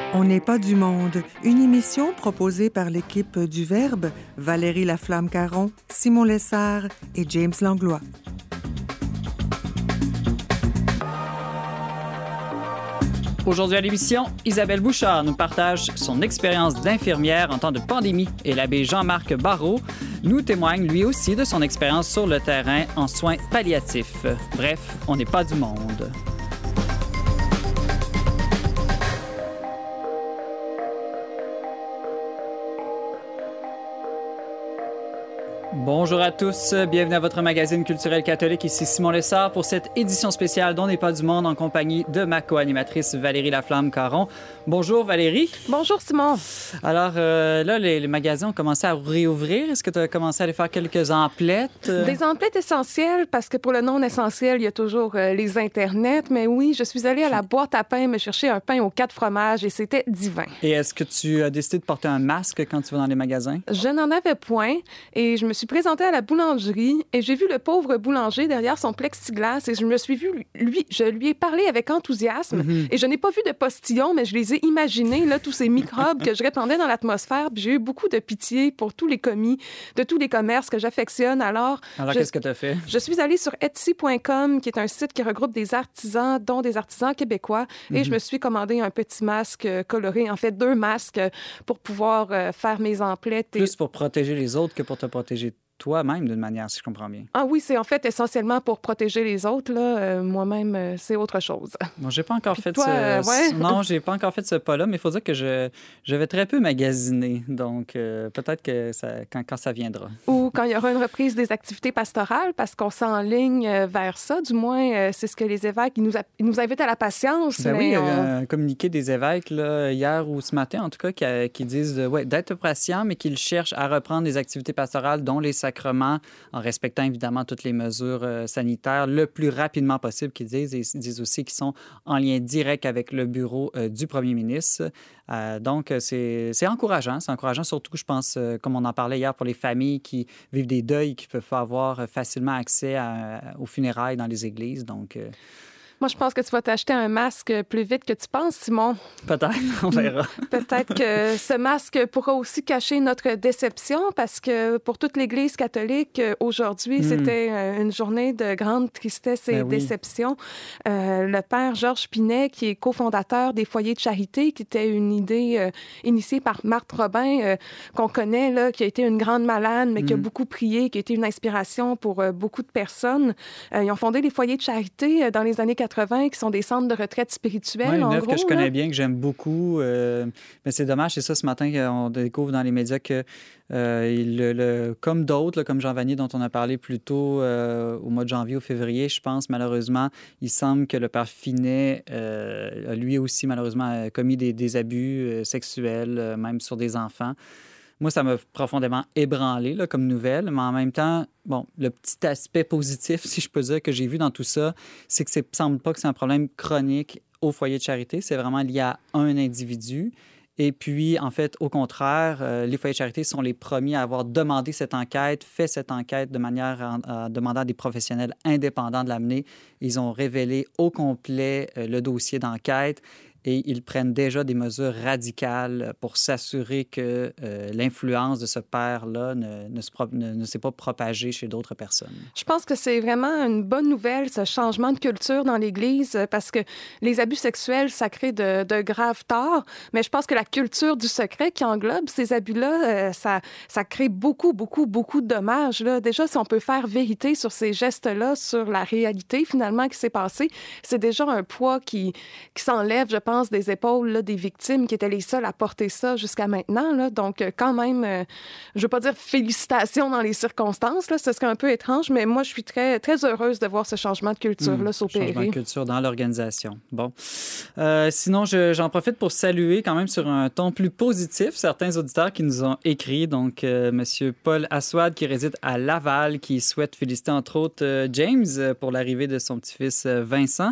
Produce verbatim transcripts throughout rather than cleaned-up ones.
On n'est pas du monde, une émission proposée par l'équipe du Verbe, Valérie Laflamme-Caron, Simon Lessard et James Langlois. Aujourd'hui à l'émission, Isabelle Bouchard nous partage son expérience d'infirmière en temps de pandémie et l'abbé Jean-Marc Barrault nous témoigne lui aussi de son expérience sur le terrain en soins palliatifs. Bref, on n'est pas du monde. Bonjour à tous, bienvenue à votre magazine culturel catholique. Ici Simon Lessard pour cette édition spéciale d'On n'est pas du monde en compagnie de ma co-animatrice Valérie Laflamme-Caron. Bonjour Valérie. Bonjour Simon. Alors euh, là, les, les magasins ont commencé à réouvrir. Est-ce que tu as commencé à aller faire quelques emplettes? Des emplettes essentielles, parce que pour le non essentiel, il y a toujours euh, les internets. Mais oui, je suis allée à la boîte à pain me chercher un pain aux quatre fromages et c'était divin. Et est-ce que tu as décidé de porter un masque quand tu vas dans les magasins? Je n'en avais point et je me suis présentée à la boulangerie et j'ai vu le pauvre boulanger derrière son plexiglas et je me suis vue, lui, je lui ai parlé avec enthousiasme mm-hmm. et je n'ai pas vu de postillon, mais je les ai imaginés, là, tous ces microbes que je répandais dans l'atmosphère. Puis j'ai eu beaucoup de pitié pour tous les commis de tous les commerces que j'affectionne. Alors, Alors je, qu'est-ce que tu as fait? Je suis allée sur Etsy point com, qui est un site qui regroupe des artisans, dont des artisans québécois, et mm-hmm. je me suis commandé un petit masque coloré, en fait deux masques, pour pouvoir euh, faire mes emplettes. Et... Plus pour protéger les autres que pour te protéger toi-même, d'une manière, si je comprends bien. Ah oui, c'est en fait essentiellement pour protéger les autres. Là. Euh, moi-même, euh, c'est autre chose. Bon, j'ai pas encore Puis fait toi, ce... Euh, ouais. Non, j'ai pas encore fait ce pas-là, mais il faut dire que je, je vais très peu magasiner. Donc, euh, peut-être que ça, quand, quand ça viendra. Ou quand il y aura une reprise des activités pastorales, parce qu'on s'enligne vers ça. Du moins, euh, c'est ce que les évêques ils nous, a... ils nous invitent à la patience. Ben mais oui, il y a on... un communiqué des évêques là, hier ou ce matin, en tout cas, qui, a, qui disent euh, ouais, d'être patient, mais qu'ils cherchent à reprendre les activités pastorales, dont les sacrements, en respectant évidemment toutes les mesures euh, sanitaires le plus rapidement possible, qu'ils disent. Et ils disent aussi qu'ils sont en lien direct avec le bureau euh, du premier ministre. Euh, donc, c'est, c'est encourageant. C'est encourageant, surtout, je pense, euh, comme on en parlait hier, pour les familles qui vivent des deuils, qui ne peuvent pas avoir facilement accès à, aux funérailles dans les églises. Donc... Euh... Moi, je pense que tu vas t'acheter un masque plus vite que tu penses, Simon. Peut-être, on verra. Peut-être que ce masque pourra aussi cacher notre déception parce que pour toute l'Église catholique, aujourd'hui, mm. c'était une journée de grande tristesse et ben oui. déception. Euh, le père Georges Pinet, qui est cofondateur des foyers de charité, qui était une idée euh, initiée par Marthe Robin, euh, qu'on connaît, là, qui a été une grande malade, mais mm. qui a beaucoup prié, qui a été une inspiration pour euh, beaucoup de personnes. Euh, ils ont fondé les foyers de charité euh, dans les années quatre-vingts, qui sont des centres de retraite spirituelle, oui, en une gros. que je connais là. bien, que j'aime beaucoup. Euh, mais c'est dommage, c'est ça, ce matin qu'on découvre dans les médias que, euh, il, le, comme d'autres, là, comme Jean Vanier, dont on a parlé plus tôt euh, au mois de janvier ou février, je pense, malheureusement, il semble que le père Finet euh, a lui aussi, malheureusement, commis des, des abus euh, sexuels, euh, même sur des enfants. Moi, ça m'a profondément ébranlé là, comme nouvelle, mais en même temps, bon, le petit aspect positif, si je peux dire, que j'ai vu dans tout ça, c'est que ça ne semble pas que c'est un problème chronique au foyer de charité. C'est vraiment lié à un individu. Et puis, en fait, au contraire, euh, les foyers de charité sont les premiers à avoir demandé cette enquête, fait cette enquête de manière à, à demander à des professionnels indépendants de l'amener. Ils ont révélé au complet euh, le dossier d'enquête. Et ils prennent déjà des mesures radicales pour s'assurer que euh, l'influence de ce père-là ne, ne, se pro- ne, ne s'est pas propagée chez d'autres personnes. Je pense que c'est vraiment une bonne nouvelle, ce changement de culture dans l'Église, parce que les abus sexuels, ça crée de, de graves torts, mais je pense que la culture du secret qui englobe ces abus-là, euh, ça, ça crée beaucoup, beaucoup, beaucoup de dommages. Là. Déjà, si on peut faire vérité sur ces gestes-là, sur la réalité finalement qui s'est passée, c'est déjà un poids qui, qui s'enlève, je pense, des épaules là, des victimes qui étaient les seules à porter ça jusqu'à maintenant. Là. Donc, quand même, euh, je ne veux pas dire félicitations dans les circonstances, là, ce serait un peu étrange, mais moi, je suis très, très heureuse de voir ce changement de culture-là mmh, s'opérer. Changement de culture dans l'organisation. Bon. Euh, sinon, je, j'en profite pour saluer quand même sur un ton plus positif certains auditeurs qui nous ont écrit. Donc, euh, M. Paul Aswad, qui réside à Laval, qui souhaite féliciter entre autres euh, James pour l'arrivée de son petit-fils euh, Vincent.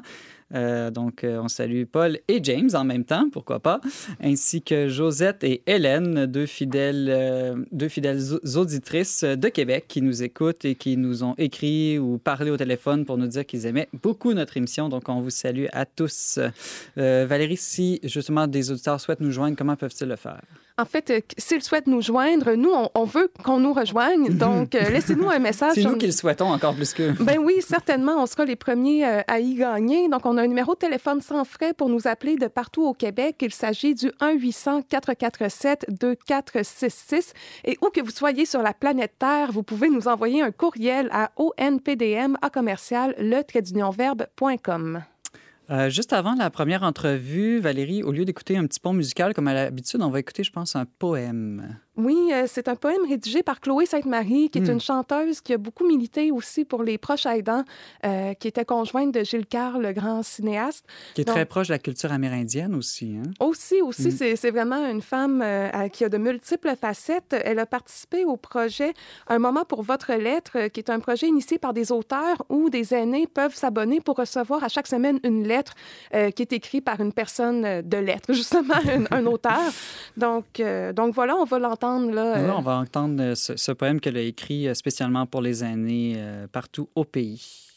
Euh, donc, euh, on salue Paul et James en même temps, pourquoi pas, ainsi que Josette et Hélène, deux fidèles, euh, deux fidèles auditrices de Québec qui nous écoutent et qui nous ont écrit ou parlé au téléphone pour nous dire qu'ils aimaient beaucoup notre émission. Donc, on vous salue à tous. Euh, Valérie, si justement des auditeurs souhaitent nous joindre, comment peuvent-ils le faire? En fait, euh, s'ils souhaitent nous joindre, nous, on, on veut qu'on nous rejoigne. Donc, euh, laissez-nous un message. C'est sur... nous qui le souhaitons encore plus que... Ben oui, certainement. On sera les premiers euh, à y gagner. Donc, on a un numéro de téléphone sans frais pour nous appeler de partout au Québec. Il s'agit du un huit cents, quatre quatre sept, deux quatre six six. Et où que vous soyez sur la planète Terre, vous pouvez nous envoyer un courriel à o n p d m à commercial le trait d'union verbe point com. Euh, juste avant la première entrevue, Valérie, au lieu d'écouter un petit pont musical comme à l'habitude, on va écouter, je pense, un poème. Oui, euh, c'est un poème rédigé par Chloé Sainte-Marie, qui est Mm. une chanteuse qui a beaucoup milité aussi pour les proches aidants, euh, qui était conjointe de Gilles Carle, le grand cinéaste. Qui est Donc, très proche de la culture amérindienne aussi. Hein? Aussi, aussi, Mm. c'est, c'est vraiment une femme euh, qui a de multiples facettes. Elle a participé au projet Un moment pour votre lettre, qui est un projet initié par des auteurs où des aînés peuvent s'abonner pour recevoir à chaque semaine une lettre euh, qui est écrite par une personne de lettres, justement, un, un auteur. Donc, euh, donc voilà, on va l'entendre. Là, Oui, euh... on va entendre ce, ce poème qu'elle a écrit spécialement pour les aînés euh, partout au pays.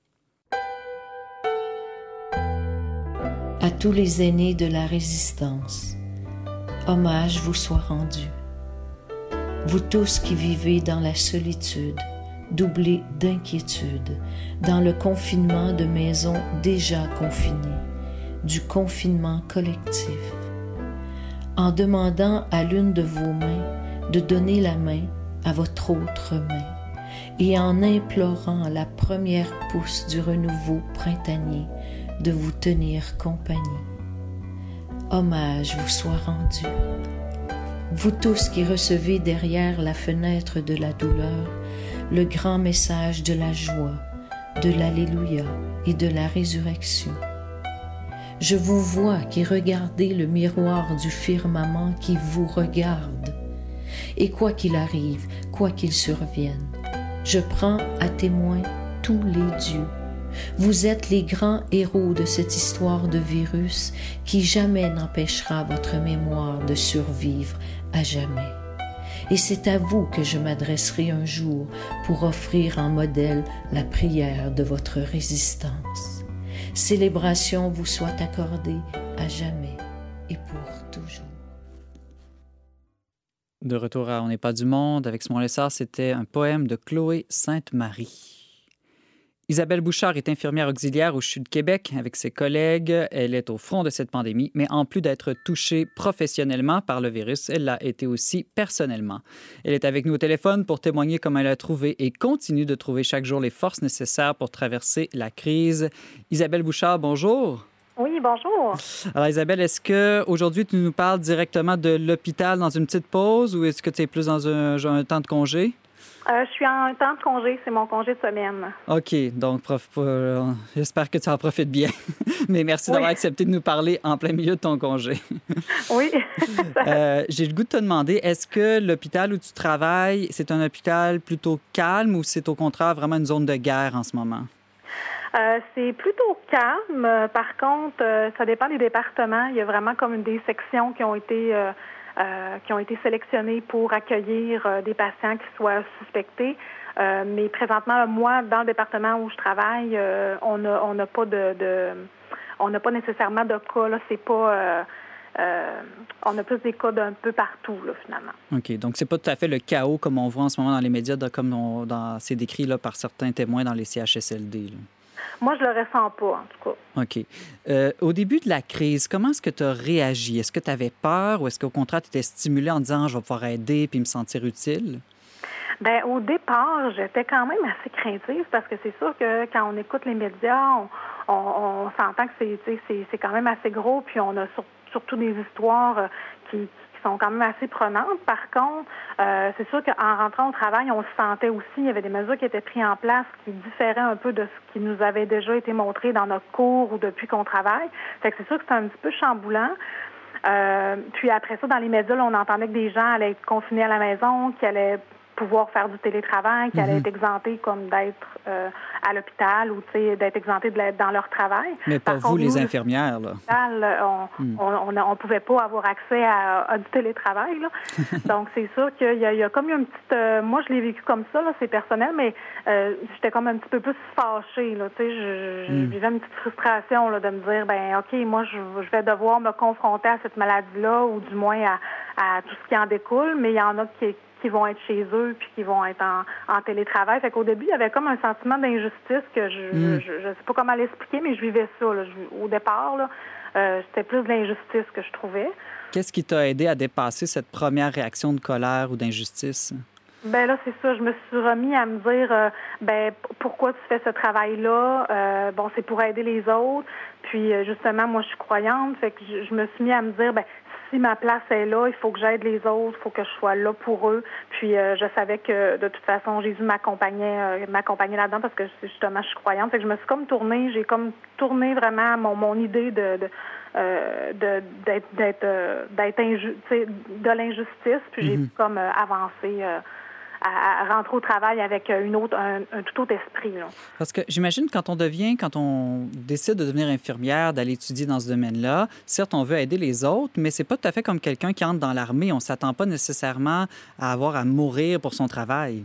À tous les aînés de la Résistance, hommage vous soit rendu. Vous tous qui vivez dans la solitude, doublés d'inquiétude, dans le confinement de maisons déjà confinées, du confinement collectif, en demandant à l'une de vos mains de donner la main à votre autre main, et en implorant la première pousse du renouveau printanier de vous tenir compagnie. Hommage vous soit rendu. Vous tous qui recevez derrière la fenêtre de la douleur le grand message de la joie, de l'Alléluia et de la résurrection. Je vous vois qui regardez le miroir du firmament qui vous regarde. Et quoi qu'il arrive, quoi qu'il survienne, je prends à témoin tous les dieux. Vous êtes les grands héros de cette histoire de virus qui jamais n'empêchera votre mémoire de survivre à jamais. Et c'est à vous que je m'adresserai un jour pour offrir en modèle la prière de votre résistance. Célébration vous soit accordée à jamais et pour toujours. De retour à On n'est pas du monde avec Simon Lessard, c'était un poème de Chloé Sainte-Marie. Isabelle Bouchard est infirmière auxiliaire au C H U de Québec avec ses collègues. Elle est au front de cette pandémie, mais en plus d'être touchée professionnellement par le virus, elle l'a été aussi personnellement. Elle est avec nous au téléphone pour témoigner comment elle a trouvé et continue de trouver chaque jour les forces nécessaires pour traverser la crise. Isabelle Bouchard, bonjour. Oui, bonjour. Alors Isabelle, est-ce qu'aujourd'hui tu nous parles directement de l'hôpital dans une petite pause ou est-ce que tu es plus dans un, un temps de congé? Euh, je suis en temps de congé, c'est mon congé de semaine. OK, donc prof, euh, j'espère que tu en profites bien. Mais merci oui. d'avoir accepté de nous parler en plein milieu de ton congé. Oui. euh, j'ai le goût de te demander, est-ce que l'hôpital où tu travailles, c'est un hôpital plutôt calme ou c'est au contraire vraiment une zone de guerre en ce moment? Euh, c'est plutôt calme. Par contre, euh, ça dépend des départements. Il y a vraiment comme des sections qui ont été... Euh, Euh, qui ont été sélectionnés pour accueillir euh, des patients qui soient suspectés. Euh, mais présentement, moi, dans le département où je travaille, euh, on n'a on n'a pas de, de on n'a pas nécessairement de cas. Là, c'est pas euh, euh, on a plus des cas d'un peu partout, là, finalement. OK. Donc, c'est pas tout à fait le chaos comme on voit en ce moment dans les médias, de, comme on, dans, c'est décrit là, par certains témoins dans les C H S L D. Là. Moi, je le ressens pas, en tout cas. OK. Euh, au début de la crise, comment est-ce que tu as réagi? Est-ce que tu avais peur ou est-ce qu'au contraire, tu étais stimulé en disant « je vais pouvoir aider puis me sentir utile » ? Bien, au départ, j'étais quand même assez craintive parce que c'est sûr que quand on écoute les médias, on, on, on s'entend que c'est, c'est, c'est quand même assez gros, puis on a sur, surtout des histoires qui, qui sont quand même assez prenantes. Par contre, euh, c'est sûr qu'en rentrant au travail, on se sentait aussi, il y avait des mesures qui étaient prises en place qui différaient un peu de ce qui nous avait déjà été montré dans notre cours ou depuis qu'on travaille. Fait que c'est sûr que c'est un petit peu chamboulant. Euh, puis après ça, dans les médias, là, on entendait que des gens allaient être confinés à la maison, qui allaient pouvoir faire du télétravail, qui mm-hmm. allaient être exemptés comme d'être euh, à l'hôpital ou d'être exemptés de l'être dans leur travail. Mais pas Par vous, contre, les nous, infirmières, là. On mm. on, on, on pouvait pas avoir accès à, à du télétravail, là. Donc, c'est sûr qu'il y a, il y a comme une petite... Euh, moi, je l'ai vécu comme ça, là, c'est personnel, mais euh, j'étais comme un petit peu plus fâchée, là. Tu sais, je, je mm. vivais une petite frustration, là, de me dire, ben OK, moi, je, je vais devoir me confronter à cette maladie-là, ou du moins à, à tout ce qui en découle, mais il y en a qui qui vont être chez eux puis qui vont être en, en télétravail. Fait qu'au début, il y avait comme un sentiment d'injustice que je mm. je, je sais pas comment l'expliquer, mais je vivais ça, là. Je, au départ, là, euh, c'était plus de l'injustice que je trouvais. Qu'est-ce qui t'a aidé à dépasser cette première réaction de colère ou d'injustice? Ben là, c'est ça. Je me suis remis à me dire, euh, ben pourquoi tu fais ce travail-là? Euh, bon, c'est pour aider les autres. Puis justement, moi, je suis croyante. Fait que je, je me suis mis à me dire, ben si ma place est là, il faut que j'aide les autres, il faut que je sois là pour eux. Puis euh, je savais que de toute façon, Jésus m'accompagnait, euh, m'accompagnait là-dedans parce que justement, je suis croyante. Fait que je me suis comme tournée, j'ai comme tourné vraiment mon, mon idée de, de, euh, de d'être d'être euh, d'être inju- de l'injustice. Puis j'ai mm-hmm. comme euh, avancé. Euh, À, à rentrer au travail avec une autre, un, un tout autre esprit. Là. Parce que j'imagine quand on devient, quand on décide de devenir infirmière, d'aller étudier dans ce domaine-là, certes, on veut aider les autres, mais c'est pas tout à fait comme quelqu'un qui entre dans l'armée. On s'attend pas nécessairement à avoir à mourir pour son travail.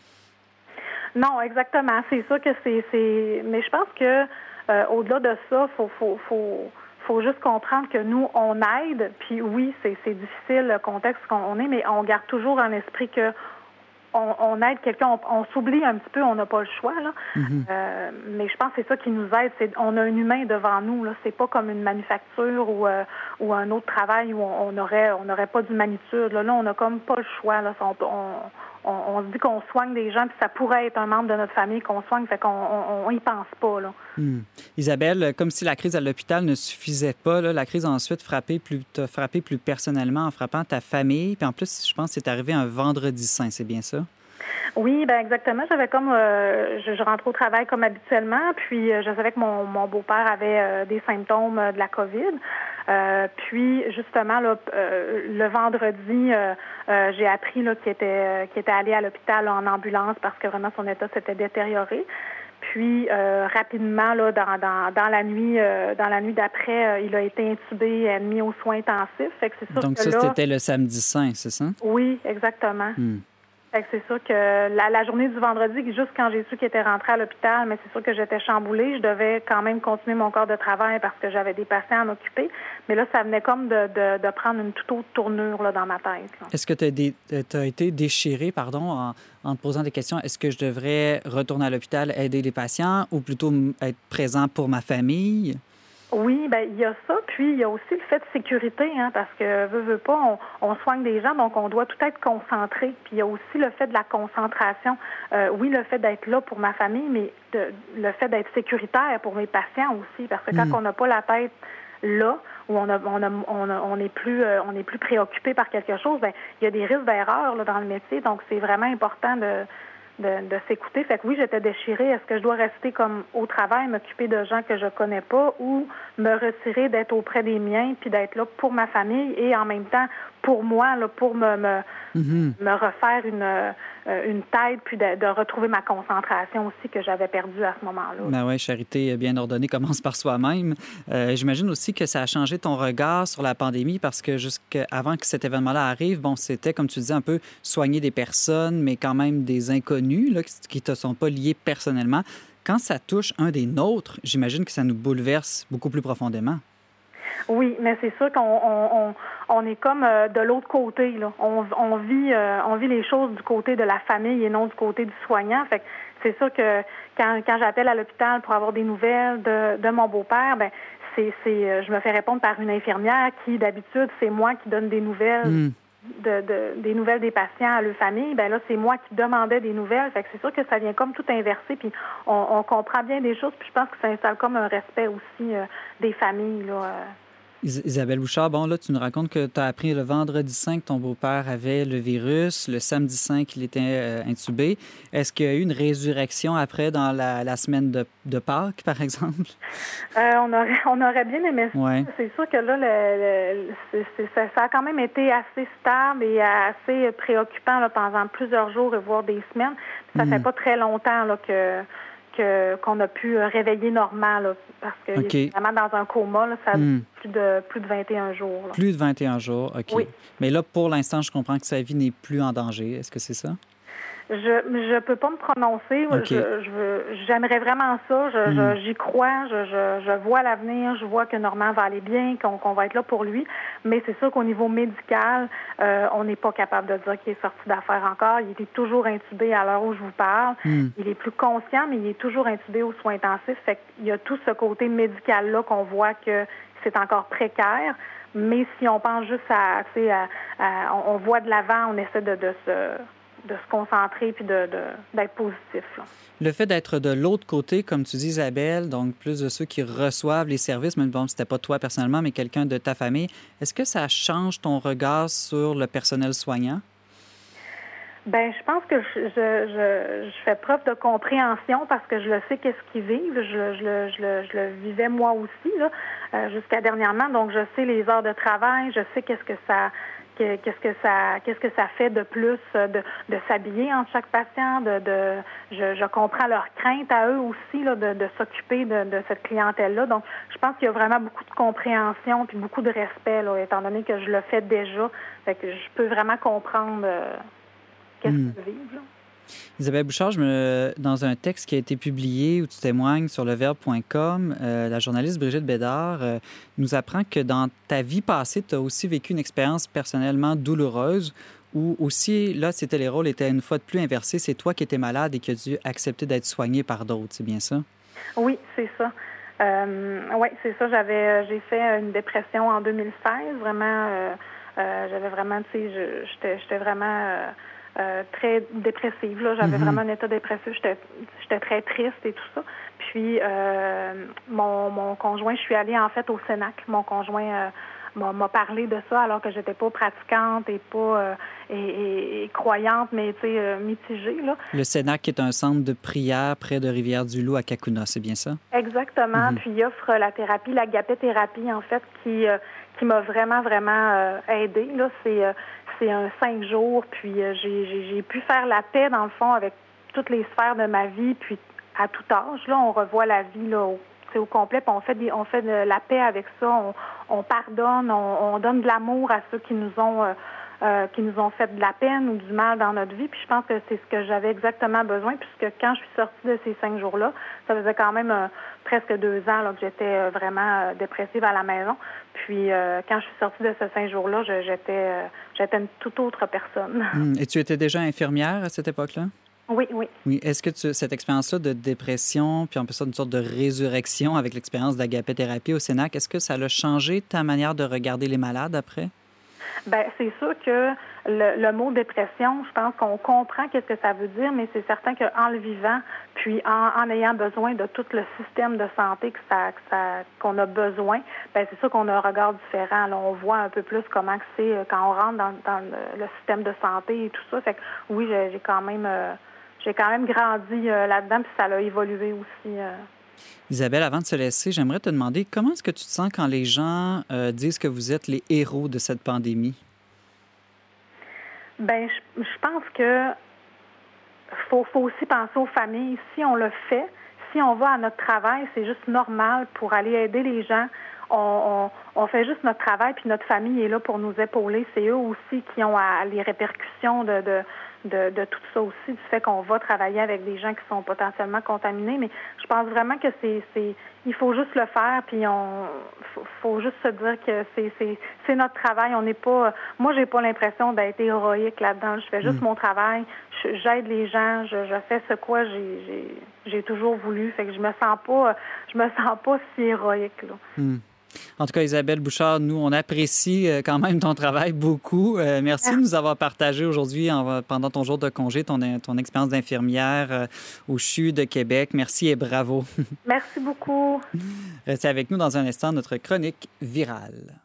Non, exactement. C'est ça que c'est... c'est... Mais je pense que euh, au-delà de ça, faut, faut, faut... faut juste comprendre que nous, on aide, puis oui, c'est, c'est difficile le contexte qu'on est, mais on garde toujours en esprit que On, on aide quelqu'un, on, on s'oublie un petit peu, on n'a pas le choix, là. Mm-hmm. Euh, mais je pense que c'est ça qui nous aide, c'est on a un humain devant nous, là. C'est pas comme une manufacture ou, euh, ou un autre travail où on n'aurait on n'aurait pas d'humanitude. Là, là, on n'a comme pas le choix, là. On, on, on, on se dit qu'on soigne des gens, puis ça pourrait être un membre de notre famille qu'on soigne, fait qu'on on, on y pense pas, là. Mm. Isabelle, comme si la crise à l'hôpital ne suffisait pas, là, la crise a ensuite frappé plus, t'a frappé plus personnellement en frappant ta famille. Puis en plus, je pense que c'est arrivé un vendredi saint, c'est bien ça? Oui, ben exactement. J'avais comme euh, je, je rentrais au travail comme habituellement, puis euh, je savais que mon, mon beau-père avait euh, des symptômes euh, de la COVID. Euh, puis justement là, euh, le vendredi, euh, euh, j'ai appris là qu'il était euh, qu'il était allé à l'hôpital là, en ambulance parce que vraiment son état s'était détérioré. Puis euh, rapidement là, dans, dans, dans la nuit, euh, dans la nuit d'après, euh, il a été intubé, admis aux soins intensifs. Fait que c'est sûr Donc que ça, là, c'était le samedi saint, c'est ça? Oui, exactement. Mm. Fait que c'est sûr que la, la journée du vendredi, juste quand j'ai su qu'il était rentré à l'hôpital, mais c'est sûr que j'étais chamboulée. Je devais quand même continuer mon corps de travail parce que j'avais des patients à m'occuper. Mais là, ça venait comme de, de, de prendre une toute autre tournure là, dans ma tête. Là. Est-ce que tu as dé- été déchirée, pardon, en, en te posant des questions? Est-ce que je devrais retourner à l'hôpital, aider les patients ou plutôt être présent pour ma famille? Oui, ben il y a ça, puis il y a aussi le fait de sécurité, hein, parce que veut, veut pas, on, on soigne des gens, donc on doit tout être concentré. Puis il y a aussi le fait de la concentration. Euh, oui, le fait d'être là pour ma famille, mais de, le fait d'être sécuritaire pour mes patients aussi, parce que quand mmh. on n'a pas la tête là, où on a, on a, on a, on est plus, euh, on est plus préoccupé par quelque chose, ben il y a des risques d'erreur là dans le métier, donc c'est vraiment important de De, de s'écouter. Fait que oui, j'étais déchirée. Est-ce que je dois rester comme au travail, m'occuper de gens que je connais pas ou me retirer d'être auprès des miens puis d'être là pour ma famille et en même temps pour moi, là, pour me, me, mm-hmm. me refaire une, euh, une tête puis de, de retrouver ma concentration aussi que j'avais perdue à ce moment-là. Ben oui, charité bien ordonnée commence par soi-même. Euh, j'imagine aussi que ça a changé ton regard sur la pandémie parce que jusqu'avant que cet événement-là arrive, bon, c'était, comme tu disais, un peu soigner des personnes, mais quand même des inconnus là, qui ne te sont pas liés personnellement. Quand ça touche un des nôtres, j'imagine que ça nous bouleverse beaucoup plus profondément. Oui, mais c'est sûr qu'on on, on, on est comme euh, de l'autre côté. Là. On, on, vit, euh, on vit les choses du côté de la famille et non du côté du soignant. Fait que c'est sûr que quand, quand j'appelle à l'hôpital pour avoir des nouvelles de, de mon beau-père, ben c'est, c'est, je me fais répondre par une infirmière qui, d'habitude, c'est moi qui donne des nouvelles. Mmh. De, de, des nouvelles des patients à leur famille, ben là, c'est moi qui demandais des nouvelles. Fait que c'est sûr que ça vient comme tout inversé, puis on, on comprend bien des choses, puis je pense que ça installe comme un respect aussi euh, des familles, là. Euh. Isabelle Bouchard, bon, là, tu nous racontes que tu as appris le vendredi cinq que ton beau-père avait le virus, le samedi cinq, il était euh, intubé. Est-ce qu'il y a eu une résurrection après dans la, la semaine de, de Pâques, par exemple? Euh, on, aurait, on aurait bien aimé ça. Ouais. C'est sûr que là, le, le, c'est, c'est, ça, ça a quand même été assez stable et assez préoccupant là, pendant plusieurs jours, voire des semaines. Puis ça mmh. fait pas très longtemps là, que... Que, qu'on a pu réveiller normal, là, parce qu'il okay. est vraiment dans un coma. Là, ça a mm. plus, de, plus de vingt et un jours. Là. Plus de vingt et un jours, OK. Oui. Mais là, pour l'instant, je comprends que sa vie n'est plus en danger. Est-ce que c'est ça? Je je peux pas me prononcer. Okay. Je, je veux, j'aimerais vraiment ça. Je, mm. je, j'y crois. Je, je, je vois l'avenir. Je vois que Normand va aller bien, qu'on, qu'on va être là pour lui. Mais c'est sûr qu'au niveau médical, euh, on n'est pas capable de dire qu'il est sorti d'affaires encore. Il est toujours intubé à l'heure où je vous parle. Mm. Il est plus conscient, mais il est toujours intubé aux soins intensifs. Fait qu'il y a tout ce côté médical-là qu'on voit que c'est encore précaire. Mais si on pense juste à, tu sais, à, à on, on voit de l'avant, on essaie de, de se de se concentrer puis de, de, d'être positif. Là. Le fait d'être de l'autre côté, comme tu dis, Isabelle, donc plus de ceux qui reçoivent les services, même bon, c'était pas toi personnellement, mais quelqu'un de ta famille, est-ce que ça change ton regard sur le personnel soignant? Bien, je pense que je, je, je, je fais preuve de compréhension parce que je le sais qu'est-ce qu'ils vivent. Je, je, je, je, je le vivais moi aussi, là, euh, jusqu'à dernièrement. Donc, je sais les heures de travail, je sais qu'est-ce que ça... Qu'est-ce que ça, qu'est-ce que ça fait de plus de, de s'habiller entre chaque patient, de, de je, je comprends leurs craintes à eux aussi là, de, de s'occuper de, de cette clientèle-là. Donc, je pense qu'il y a vraiment beaucoup de compréhension puis beaucoup de respect, là, étant donné que je le fais déjà. Fait que je peux vraiment comprendre euh, qu'est-ce mmh. qu'ils vivent. Là. Isabelle Bouchard, je me, dans un texte qui a été publié où tu témoignes sur le verbe point com, euh, la journaliste Brigitte Bédard euh, nous apprend que dans ta vie passée, tu as aussi vécu une expérience personnellement douloureuse où aussi, là, c'était les rôles étaient une fois de plus inversés. C'est toi qui étais malade et qui as dû accepter d'être soigné par d'autres, c'est bien ça? Oui, c'est ça. Euh, oui, c'est ça. J'avais, j'ai fait une dépression en deux mille seize. Vraiment, euh, euh, j'avais vraiment, tu sais, je, j'étais, j'étais vraiment... Euh, Euh, très dépressive. Là. J'avais mm-hmm. vraiment un état dépressif. J'étais, j'étais très triste et tout ça. Puis, euh, mon, mon conjoint, je suis allée en fait au Cénacle. Mon conjoint euh, m'a, m'a parlé de ça alors que j'étais pas pratiquante et pas euh, et, et, et croyante, mais tu sais, euh, mitigée. Là. Le Cénacle est un centre de prière près de Rivière-du-Loup à Cacouna, c'est bien ça? Exactement. Mm-hmm. Puis, il offre la thérapie, l'agapé-thérapie, en fait, qui, euh, qui m'a vraiment, vraiment euh, aidée. Là. C'est... Euh, C'est un cinq jours, puis euh, j'ai, j'ai, j'ai pu faire la paix, dans le fond, avec toutes les sphères de ma vie, puis à tout âge, là, on revoit la vie, là, au, au complet, puis on fait, des, on fait de la paix avec ça, on, on pardonne, on, on donne de l'amour à ceux qui nous ont... Euh, Euh, qui nous ont fait de la peine ou du mal dans notre vie. Puis je pense que c'est ce que j'avais exactement besoin, puisque quand je suis sortie de ces cinq jours-là, ça faisait quand même euh, presque deux ans là, que j'étais euh, vraiment euh, dépressive à la maison. Puis euh, quand je suis sortie de ces cinq jours-là, je, j'étais, euh, j'étais une toute autre personne. Mmh. Et tu étais déjà infirmière à cette époque-là? Oui, oui. Oui. Est-ce que tu, cette expérience-là de dépression, puis on peut ça une sorte de résurrection avec l'expérience d'agapé-thérapie au Cénacle, est-ce que ça a changé ta manière de regarder les malades après? Bien, c'est sûr que le, le mot dépression, je pense qu'on comprend qu'est-ce que ça veut dire, mais c'est certain qu'en le vivant, puis en, en ayant besoin de tout le système de santé que ça, que ça, qu'on a besoin, bien, c'est sûr qu'on a un regard différent. Là, on voit un peu plus comment que c'est quand on rentre dans, dans le, le système de santé et tout ça. Fait que oui, j'ai, j'ai quand même euh, j'ai quand même grandi euh, là-dedans, puis ça a évolué aussi. Euh. Isabelle, avant de se laisser, j'aimerais te demander comment est-ce que tu te sens quand les gens euh, disent que vous êtes les héros de cette pandémie? Bien, je, je pense que faut, faut aussi penser aux familles. Si on le fait, si on va à notre travail, c'est juste normal pour aller aider les gens. On, on, on fait juste notre travail, puis notre famille est là pour nous épauler. C'est eux aussi qui ont à, les répercussions de, de, de, de tout ça aussi, du fait qu'on va travailler avec des gens qui sont potentiellement contaminés. Mais je pense vraiment que c'est, c'est il faut juste le faire, puis on faut, faut juste se dire que c'est, c'est, c'est notre travail. On n'est pas. Moi, j'ai pas l'impression d'être héroïque là-dedans. Je fais juste mmh. mon travail. Je, j'aide les gens. Je, je fais ce quoi j'ai, j'ai, j'ai toujours voulu. Fait que je me sens pas, je me sens pas si héroïque là. Mmh. En tout cas, Isabelle Bouchard, nous, on apprécie euh, quand même ton travail beaucoup. Euh, merci de nous avoir partagé aujourd'hui, en, pendant ton jour de congé, ton, ton expérience d'infirmière euh, au C H U de Québec. Merci et bravo. Merci beaucoup. Restez avec nous dans un instant, notre chronique virale.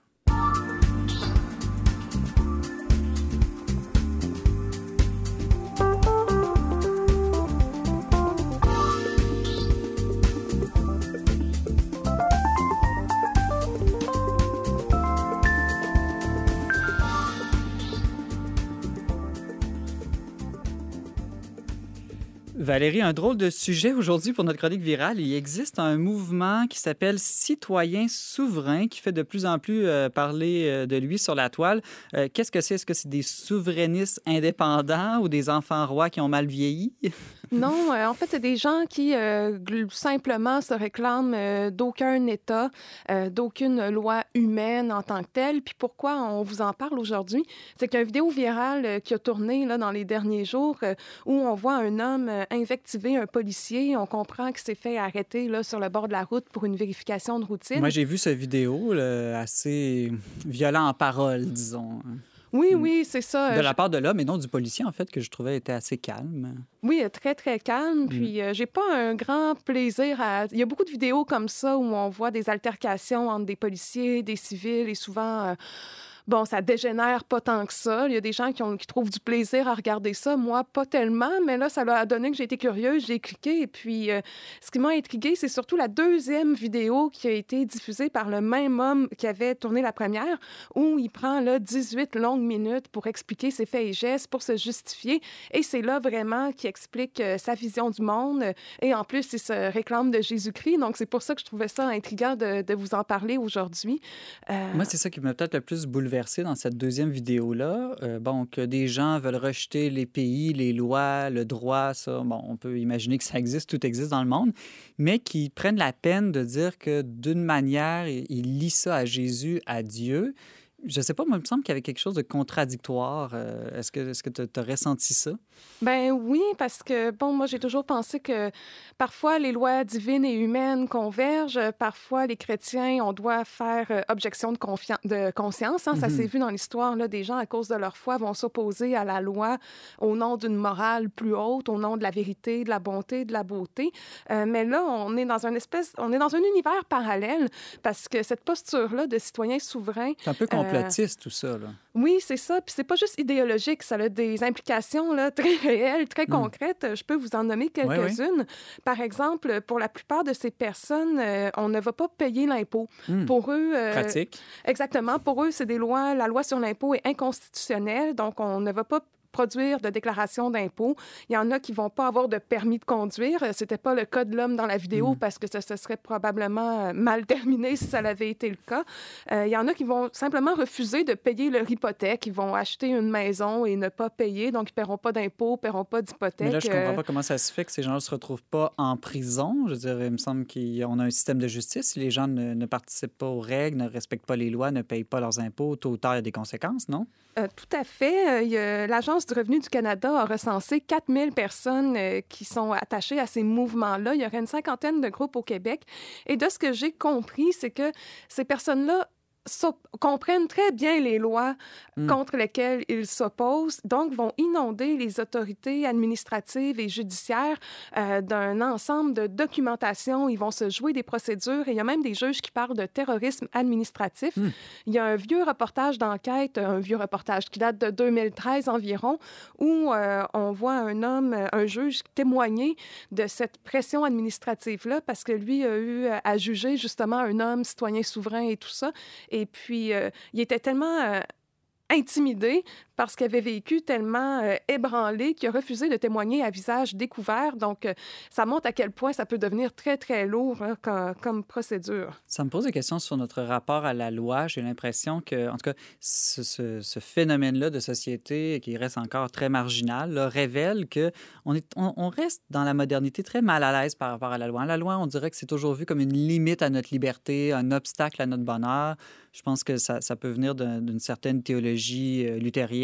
Valérie, un drôle de sujet aujourd'hui pour notre chronique virale. Il existe un mouvement qui s'appelle Citoyens souverains qui fait de plus en plus euh, parler euh, de lui sur la toile. Euh, qu'est-ce que c'est? Est-ce que c'est des souverainistes indépendants ou des enfants rois qui ont mal vieilli? Non, euh, en fait, c'est des gens qui euh, simplement se réclament euh, d'aucun État, euh, d'aucune loi humaine en tant que telle. Puis pourquoi on vous en parle aujourd'hui? C'est qu'il y a une vidéo virale euh, qui a tourné là, dans les derniers jours euh, où on voit un homme euh, invectiver un policier. On comprend qu'il s'est fait arrêter là, sur le bord de la route pour une vérification de routine. Moi, j'ai vu cette vidéo là, assez violent en parole, disons. Oui, oui, c'est ça. De la part de l'homme et non du policier, en fait, que je trouvais était assez calme. Oui, très, très calme. Puis, euh, j'ai pas un grand plaisir à... Il y a beaucoup de vidéos comme ça où on voit des altercations entre des policiers, des civils et souvent... Euh... Bon, ça dégénère pas tant que ça. Il y a des gens qui, ont, qui trouvent du plaisir à regarder ça. Moi, pas tellement, mais là, ça a donné que j'ai été curieuse, j'ai cliqué. Et puis, euh, ce qui m'a intriguée, c'est surtout la deuxième vidéo qui a été diffusée par le même homme qui avait tourné la première, où il prend là, dix-huit longues minutes pour expliquer ses faits et gestes, pour se justifier. Et c'est là vraiment qu'il explique euh, sa vision du monde. Et en plus, il se réclame de Jésus-Christ. Donc, c'est pour ça que je trouvais ça intriguant de, de vous en parler aujourd'hui. Euh... Moi, c'est ça qui m'a peut-être le plus bouleversé dans cette deuxième vidéo-là. Euh, bon, que des gens veulent rejeter les pays, les lois, le droit, ça, bon, on peut imaginer que ça existe, tout existe dans le monde, mais qui prennent la peine de dire que d'une manière, ils lient ça à Jésus, à Dieu. Je sais pas, moi, il me semble qu'il y avait quelque chose de contradictoire. Euh, est-ce que est-ce que tu as ressenti ça? Ben oui, parce que, bon, moi, j'ai toujours pensé que parfois, les lois divines et humaines convergent. Parfois, les chrétiens, on doit faire euh, objection de, confi- de conscience. Hein? Mm-hmm. Ça s'est vu dans l'histoire, là, des gens, à cause de leur foi, vont s'opposer à la loi au nom d'une morale plus haute, au nom de la vérité, de la bonté, de la beauté. Euh, mais là, on est dans une espèce... On est dans un univers parallèle parce que cette posture-là de citoyen souverain... C'est un peu complotiste, euh, tout ça, là. Oui, c'est ça. Puis c'est pas juste idéologique, ça a des implications là, très réelles, très mm. concrètes. Je peux vous en nommer quelques-unes. Oui, oui. Par exemple, pour la plupart de ces personnes, euh, on ne va pas payer l'impôt. Mm. Pour eux... Euh, Pratique. Exactement. Pour eux, c'est des lois... La loi sur l'impôt est inconstitutionnelle, donc on ne va pas produire de déclaration d'impôt. Il y en a qui ne vont pas avoir de permis de conduire. Ce n'était pas le cas de l'homme dans la vidéo mmh. parce que ça se serait probablement mal terminé si ça avait été le cas. Euh, il y en a qui vont simplement refuser de payer leur hypothèque. Ils vont acheter une maison et ne pas payer, donc ils ne paieront pas d'impôt, ne paieront pas d'hypothèque. Mais là, je ne comprends pas comment ça se fait que ces gens ne se retrouvent pas en prison. Je veux dire, il me semble qu'on a un système de justice. Si les gens ne, ne participent pas aux règles, ne respectent pas les lois, ne payent pas leurs impôts, tôt ou tard, il y a des conséquences, non? Euh, tout à fait. Il y a, l'Agence du revenu du Canada a recensé quatre mille personnes euh, qui sont attachées à ces mouvements-là. Il y aurait une cinquantaine de groupes au Québec. Et de ce que j'ai compris, c'est que ces personnes-là comprennent très bien les lois mm. contre lesquelles ils s'opposent, donc vont inonder les autorités administratives et judiciaires euh, d'un ensemble de documentation. Ils vont se jouer des procédures et il y a même des juges qui parlent de terrorisme administratif. Mm. Il y a un vieux reportage d'enquête, un vieux reportage qui date de deux mille treize environ, où euh, on voit un homme, un juge témoigner de cette pression administrative-là parce que lui a eu à juger justement un homme citoyen souverain et tout ça. Et puis, euh, il était tellement euh, intimidé parce qu'il avait vécu tellement euh, ébranlé qu'il a refusé de témoigner à visage découvert. Donc, euh, ça montre à quel point ça peut devenir très, très lourd hein, comme, comme procédure. Ça me pose des questions sur notre rapport à la loi. J'ai l'impression que, en tout cas, ce, ce, ce phénomène-là de société qui reste encore très marginal là, révèle qu'on est, on, on reste dans la modernité très mal à l'aise par rapport à la loi. La loi, on dirait que c'est toujours vu comme une limite à notre liberté, un obstacle à notre bonheur. Je pense que ça, ça peut venir d'une, d'une certaine théologie euh, luthérienne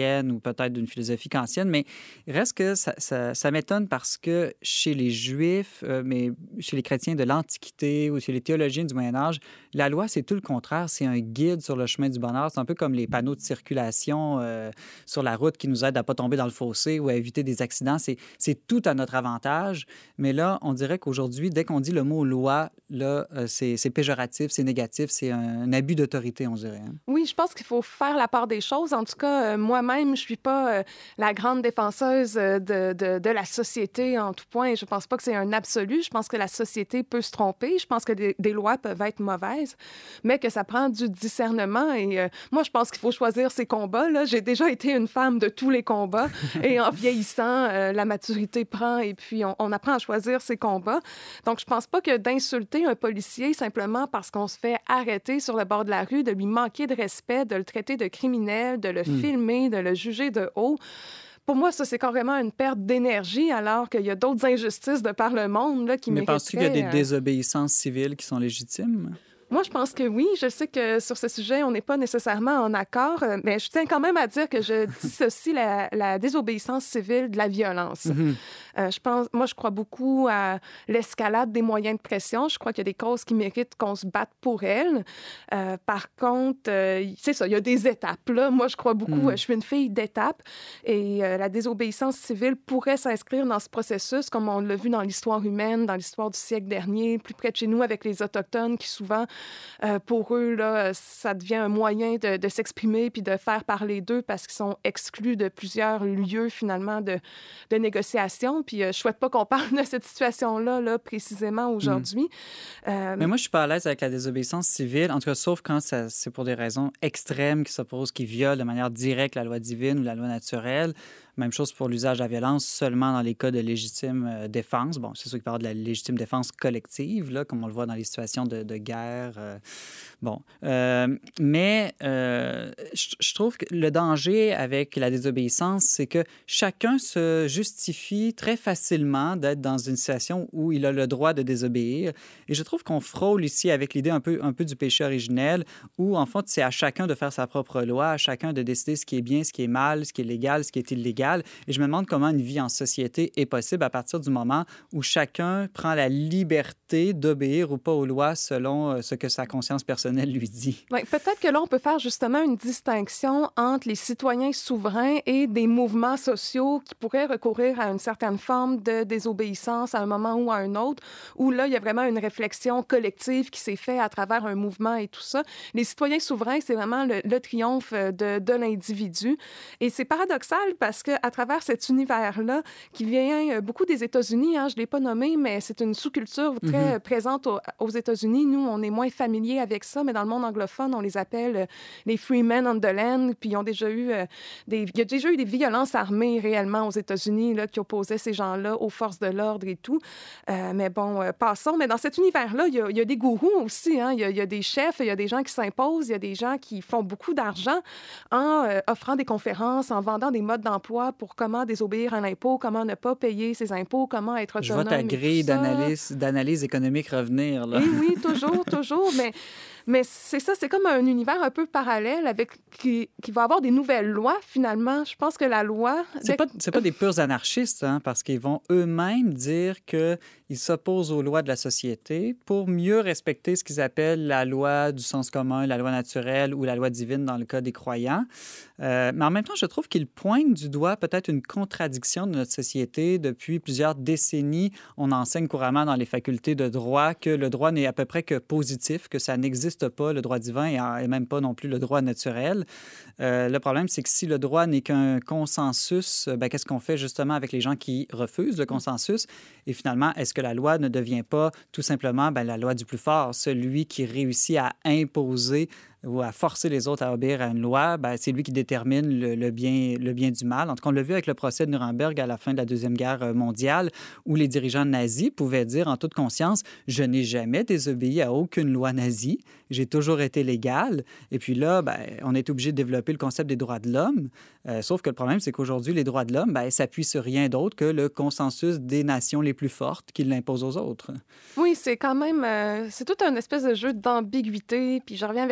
ancienne ou peut-être d'une philosophie kantienne, mais il reste que ça, ça, ça m'étonne parce que chez les Juifs, euh, mais chez les chrétiens de l'Antiquité ou chez les théologiens du Moyen Âge, la loi, c'est tout le contraire. C'est un guide sur le chemin du bonheur. C'est un peu comme les panneaux de circulation euh, sur la route qui nous aident à ne pas tomber dans le fossé ou à éviter des accidents. C'est, c'est tout à notre avantage. Mais là, on dirait qu'aujourd'hui, dès qu'on dit le mot loi, là, euh, c'est, c'est péjoratif, c'est négatif, c'est un, un abus d'autorité, on dirait. Hein? Oui, je pense qu'il faut faire la part des choses. En tout cas, euh, moi-même, je ne suis pas euh, la grande défenseuse de, de, de la société en tout point. Je ne pense pas que c'est un absolu. Je pense que la société peut se tromper. Je pense que des, des lois peuvent être mauvaises, mais que ça prend du discernement. Et euh, moi, je pense qu'il faut choisir ses combats. Là. J'ai déjà été une femme de tous les combats. Et en vieillissant, euh, la maturité prend et puis on, on apprend à choisir ses combats. Donc, je ne pense pas que d'insulter un policier simplement parce qu'on se fait arrêter sur le bord de la rue, de lui manquer de respect, de le traiter de criminel, de le mmh. filmer, de le juger de haut. Pour moi, ça, c'est carrément une perte d'énergie, alors qu'il y a d'autres injustices de par le monde là, qui Mais mériteraient... penses-tu qu'il y a des désobéissances civiles qui sont légitimes? Moi, je pense que oui. Je sais que sur ce sujet, on n'est pas nécessairement en accord, mais je tiens quand même à dire que je dissocie la, la désobéissance civile de la violence. Mm-hmm. Euh, je pense, moi, je crois beaucoup à l'escalade des moyens de pression. Je crois qu'il y a des causes qui méritent qu'on se batte pour elles. Euh, par contre, euh, c'est ça, il y a des étapes. Là. Moi, je crois beaucoup, mm. je suis une fille d'étapes, et euh, la désobéissance civile pourrait s'inscrire dans ce processus, comme on l'a vu dans l'histoire humaine, dans l'histoire du siècle dernier, plus près de chez nous, avec les Autochtones qui souvent... Euh, pour eux, là, ça devient un moyen de, de s'exprimer puis de faire parler d'eux parce qu'ils sont exclus de plusieurs lieux, finalement, de, de négociation. Puis euh, je ne souhaite pas qu'on parle de cette situation-là, là, précisément aujourd'hui. Mmh. Euh... Mais moi, je suis pas à l'aise avec la désobéissance civile, en tout cas, sauf quand ça, c'est pour des raisons extrêmes qui s'opposent, qui violent de manière directe la loi divine ou la loi naturelle. Même chose pour l'usage de la violence seulement dans les cas de légitime euh, défense. Bon, c'est sûr qu'il peut y avoir de la légitime défense collective, là, comme on le voit dans les situations de, de guerre. Euh, bon. Euh, mais euh, je, je trouve que le danger avec la désobéissance, c'est que chacun se justifie très facilement d'être dans une situation où il a le droit de désobéir. Et je trouve qu'on frôle ici avec l'idée un peu, un peu du péché originel, où, en fait, c'est à chacun de faire sa propre loi, à chacun de décider ce qui est bien, ce qui est mal, ce qui est légal, ce qui est illégal. Et je me demande comment une vie en société est possible à partir du moment où chacun prend la liberté d'obéir ou pas aux lois selon ce que sa conscience personnelle lui dit. Oui, peut-être que là, on peut faire justement une distinction entre les citoyens souverains et des mouvements sociaux qui pourraient recourir à une certaine forme de désobéissance à un moment ou à un autre, où là, il y a vraiment une réflexion collective qui s'est faite à travers un mouvement et tout ça. Les citoyens souverains, c'est vraiment le, le triomphe de, de l'individu. Et c'est paradoxal parce que à travers cet univers-là, qui vient beaucoup des États-Unis, hein, je ne l'ai pas nommé, mais c'est une sous-culture très mm-hmm. présente aux, aux États-Unis. Nous, on est moins familiers avec ça, mais dans le monde anglophone, on les appelle euh, les free men on the land, puis ils ont déjà eu euh, des... Il y a déjà eu des violences armées réellement aux États-Unis là, qui opposaient ces gens-là aux forces de l'ordre et tout. Euh, mais bon, euh, passons. Mais dans cet univers-là, il y a, il y a des gourous aussi. Hein. Il, y a, il y a des chefs, il y a des gens qui s'imposent, il y a des gens qui font beaucoup d'argent en euh, offrant des conférences, en vendant des modes d'emploi pour comment désobéir à l'impôt, comment ne pas payer ses impôts, comment être autonome. Je vois ta grille d'analyse, d'analyse économique revenir. Là. Oui, oui, toujours, toujours. Mais, mais c'est ça, c'est comme un univers un peu parallèle avec qui, qui va avoir des nouvelles lois, finalement. Je pense que la loi... C'est pas, c'est pas des purs anarchistes, hein, parce qu'ils vont eux-mêmes dire qu'ils s'opposent aux lois de la société pour mieux respecter ce qu'ils appellent la loi du sens commun, la loi naturelle ou la loi divine dans le cas des croyants. Euh, mais en même temps, je trouve qu'ils pointent du doigt peut-être une contradiction de notre société. Depuis plusieurs décennies, on enseigne couramment dans les facultés de droit que le droit n'est à peu près que positif, que ça n'existe pas, le droit divin, et même pas non plus le droit naturel. Euh, le problème, c'est que si le droit n'est qu'un consensus, ben, qu'est-ce qu'on fait justement avec les gens qui refusent le consensus? Et finalement, est-ce que la loi ne devient pas tout simplement ben, la loi du plus fort, celui qui réussit à imposer ou à forcer les autres à obéir à une loi, ben, c'est lui qui détermine le, le, bien, le bien du mal. En tout cas, on l'a vu avec le procès de Nuremberg à la fin de la Deuxième Guerre mondiale, où les dirigeants nazis pouvaient dire en toute conscience « Je n'ai jamais désobéi à aucune loi nazie, j'ai toujours été légal. » Et puis là, ben, on est obligé de développer le concept des droits de l'homme. Euh, sauf que le problème, c'est qu'aujourd'hui, les droits de l'homme ben, s'appuient sur rien d'autre que le consensus des nations les plus fortes qui l'imposent aux autres. Oui, c'est quand même... Euh, c'est tout un espèce de jeu d'ambiguïté. Puis je reviens avec le mot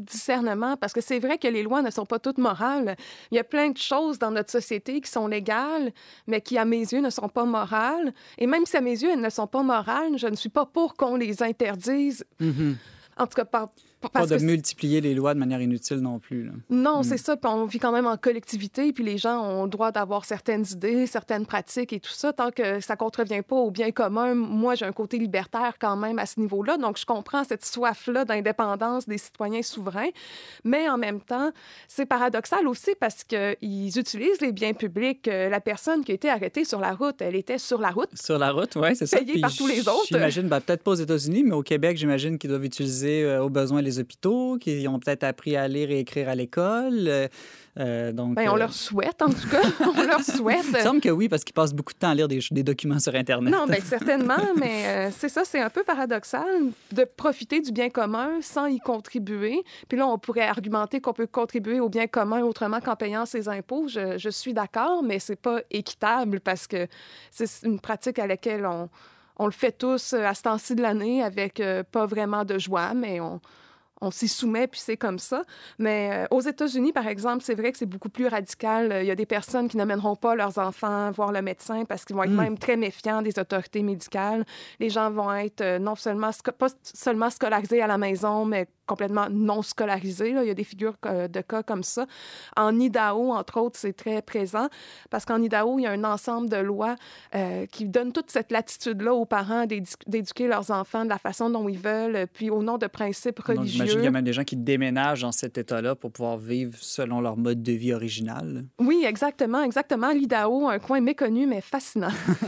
discernement, parce que c'est vrai que les lois ne sont pas toutes morales. Il y a plein de choses dans notre société qui sont légales, mais qui, à mes yeux, ne sont pas morales. Et même si, à mes yeux, elles ne sont pas morales, je ne suis pas pour qu'on les interdise. Mm-hmm. En tout cas, par... Pas de que multiplier les lois de manière inutile non plus. Là. Non, mm. c'est Mm. ça. Puis on vit quand même en collectivité, puis les gens ont le droit d'avoir certaines idées, certaines pratiques et tout ça. Tant que ça ne contrevient pas au bien commun, moi, j'ai un côté libertaire quand même à ce niveau-là. Donc, je comprends cette soif-là d'indépendance des citoyens souverains. Mais en même temps, c'est paradoxal aussi parce qu'ils utilisent les biens publics. La personne qui a été arrêtée sur la route, elle était sur la route. Sur la route, oui, c'est ça. Payée par tous les autres. J'imagine, ben, peut-être pas aux États-Unis, mais au Québec, j'imagine qu'ils doivent utiliser euh, au besoin les hôpitaux, qui ont peut-être appris à lire et écrire à l'école. Euh, donc, ben, on leur souhaite, en tout cas. On leur souhaite. Il me semble que oui, parce qu'ils passent beaucoup de temps à lire des, des documents sur Internet. Non, bien certainement, mais euh, c'est ça, c'est un peu paradoxal de profiter du bien commun sans y contribuer. Puis là, on pourrait argumenter qu'on peut contribuer au bien commun autrement qu'en payant ses impôts. Je, je suis d'accord, mais c'est pas équitable parce que c'est une pratique à laquelle on, on le fait tous à ce temps-ci de l'année avec euh, pas vraiment de joie, mais on... on s'y soumet, puis c'est comme ça. Mais euh, aux États-Unis, par exemple, c'est vrai que c'est beaucoup plus radical. Il y a des personnes qui n'amèneront pas leurs enfants voir le médecin parce qu'ils vont être mmh. même très méfiants des autorités médicales. Les gens vont être euh, non seulement, pas seulement scolarisés à la maison, mais complètement non scolarisés. Là. Il y a des figures euh, de cas comme ça. En Idaho, entre autres, c'est très présent parce qu'en Idaho, il y a un ensemble de lois euh, qui donnent toute cette latitude-là aux parents d'édu- d'éduquer leurs enfants de la façon dont ils veulent, puis au nom de principes religieux. Donc, j'imagine qu'il y a même des gens qui déménagent dans cet état-là pour pouvoir vivre selon leur mode de vie original. Oui, exactement, exactement. L'Idaho, un coin méconnu, mais fascinant.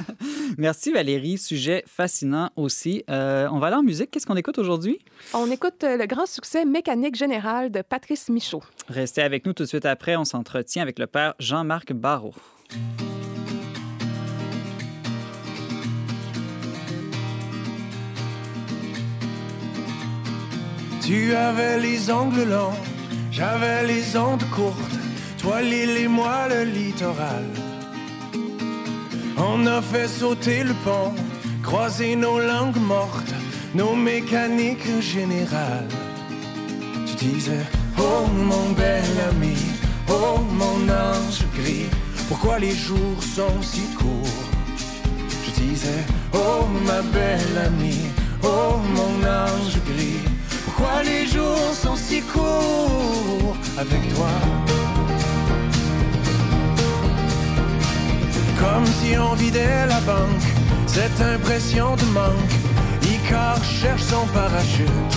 Merci Valérie, sujet fascinant aussi. Euh, on va aller en musique. Qu'est-ce qu'on écoute aujourd'hui? On écoute le grand succès Mécanique générale de Patrice Michaud. Restez avec nous tout de suite après. On s'entretient avec le père Jean-Marc Barrault. Tu avais les ongles longs, j'avais les ondes courtes, toi l'île et moi le littoral. On a fait sauter le pont, croiser nos langues mortes, nos mécaniques générales. Tu disais, oh mon bel ami, oh mon ange gris, pourquoi les jours sont si courts? Je disais, oh ma belle amie, oh mon ange gris, pourquoi les jours sont si courts avec toi? Comme si on vidait la banque, cette impression de manque, Icare cherche son parachute.